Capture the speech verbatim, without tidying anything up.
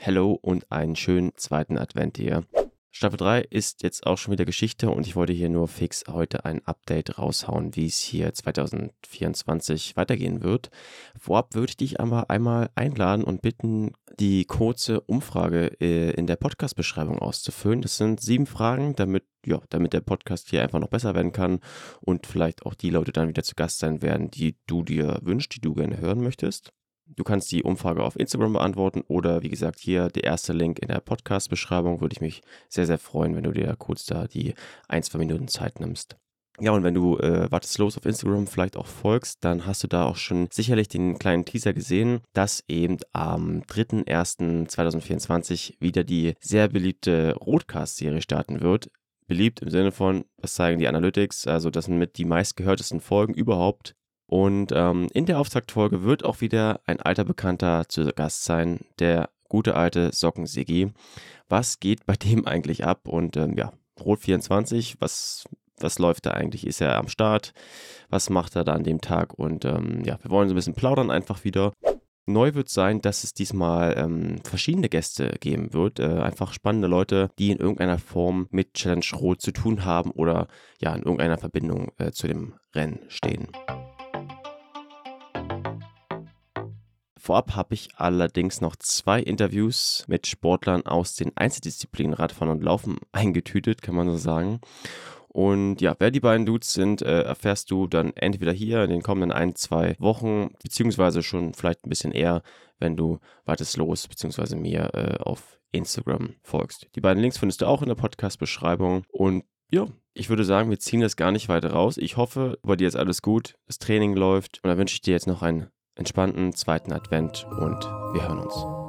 Hello und einen schönen zweiten Advent dir. Staffel drei ist jetzt auch schon wieder Geschichte und ich wollte hier nur fix heute ein Update raushauen, wie es hier zwanzig vierundzwanzig weitergehen wird. Vorab würde ich dich aber einmal einladen und bitten, die kurze Umfrage äh, in der Podcast-Beschreibung auszufüllen. Das sind sieben Fragen, damit, ja, damit der Podcast hier einfach noch besser werden kann und vielleicht auch die Leute dann wieder zu Gast sein werden, die du dir wünschst, die du gerne hören möchtest. Du kannst die Umfrage auf Instagram beantworten oder wie gesagt hier der erste Link in der Podcast-Beschreibung. Würde ich mich sehr, sehr freuen, wenn du dir kurz da die ein, zwei Minuten Zeit nimmst. Ja, und wenn du äh, Wat ist los auf Instagram vielleicht auch folgst, dann hast du da auch schon sicherlich den kleinen Teaser gesehen, dass eben am dritter erster zweitausendvierundzwanzig wieder die sehr beliebte Roadcast-Serie starten wird. Beliebt im Sinne von, was zeigen die Analytics, also das sind mit die meistgehörtesten Folgen überhaupt. Und ähm, in der Auftaktfolge wird auch wieder ein alter Bekannter zu Gast sein, der gute alte Socken-Siggi. Was geht bei dem eigentlich ab? Und ähm, ja, Rot vierundzwanzig, was, was läuft da eigentlich? Ist er am Start? Was macht er da an dem Tag? Und ähm, ja, wir wollen so ein bisschen plaudern einfach wieder. Neu wird sein, dass es diesmal ähm, verschiedene Gäste geben wird. Äh, einfach spannende Leute, die in irgendeiner Form mit Challenge Rot zu tun haben oder ja, in irgendeiner Verbindung äh, zu dem Rennen stehen. Vorab habe ich allerdings noch zwei Interviews mit Sportlern aus den Einzeldisziplinen Radfahren und Laufen eingetütet, kann man so sagen. Und ja, wer die beiden Dudes sind, äh, erfährst du dann entweder hier in den kommenden ein, zwei Wochen, beziehungsweise schon vielleicht ein bisschen eher, wenn du Wat ist los, beziehungsweise mir äh, auf Instagram folgst. Die beiden Links findest du auch in der Podcast-Beschreibung. Und ja, ich würde sagen, wir ziehen das gar nicht weiter raus. Ich hoffe, bei dir ist alles gut, das Training läuft und dann wünsche ich dir jetzt noch einen entspannten zweiten Advent und wir hören uns.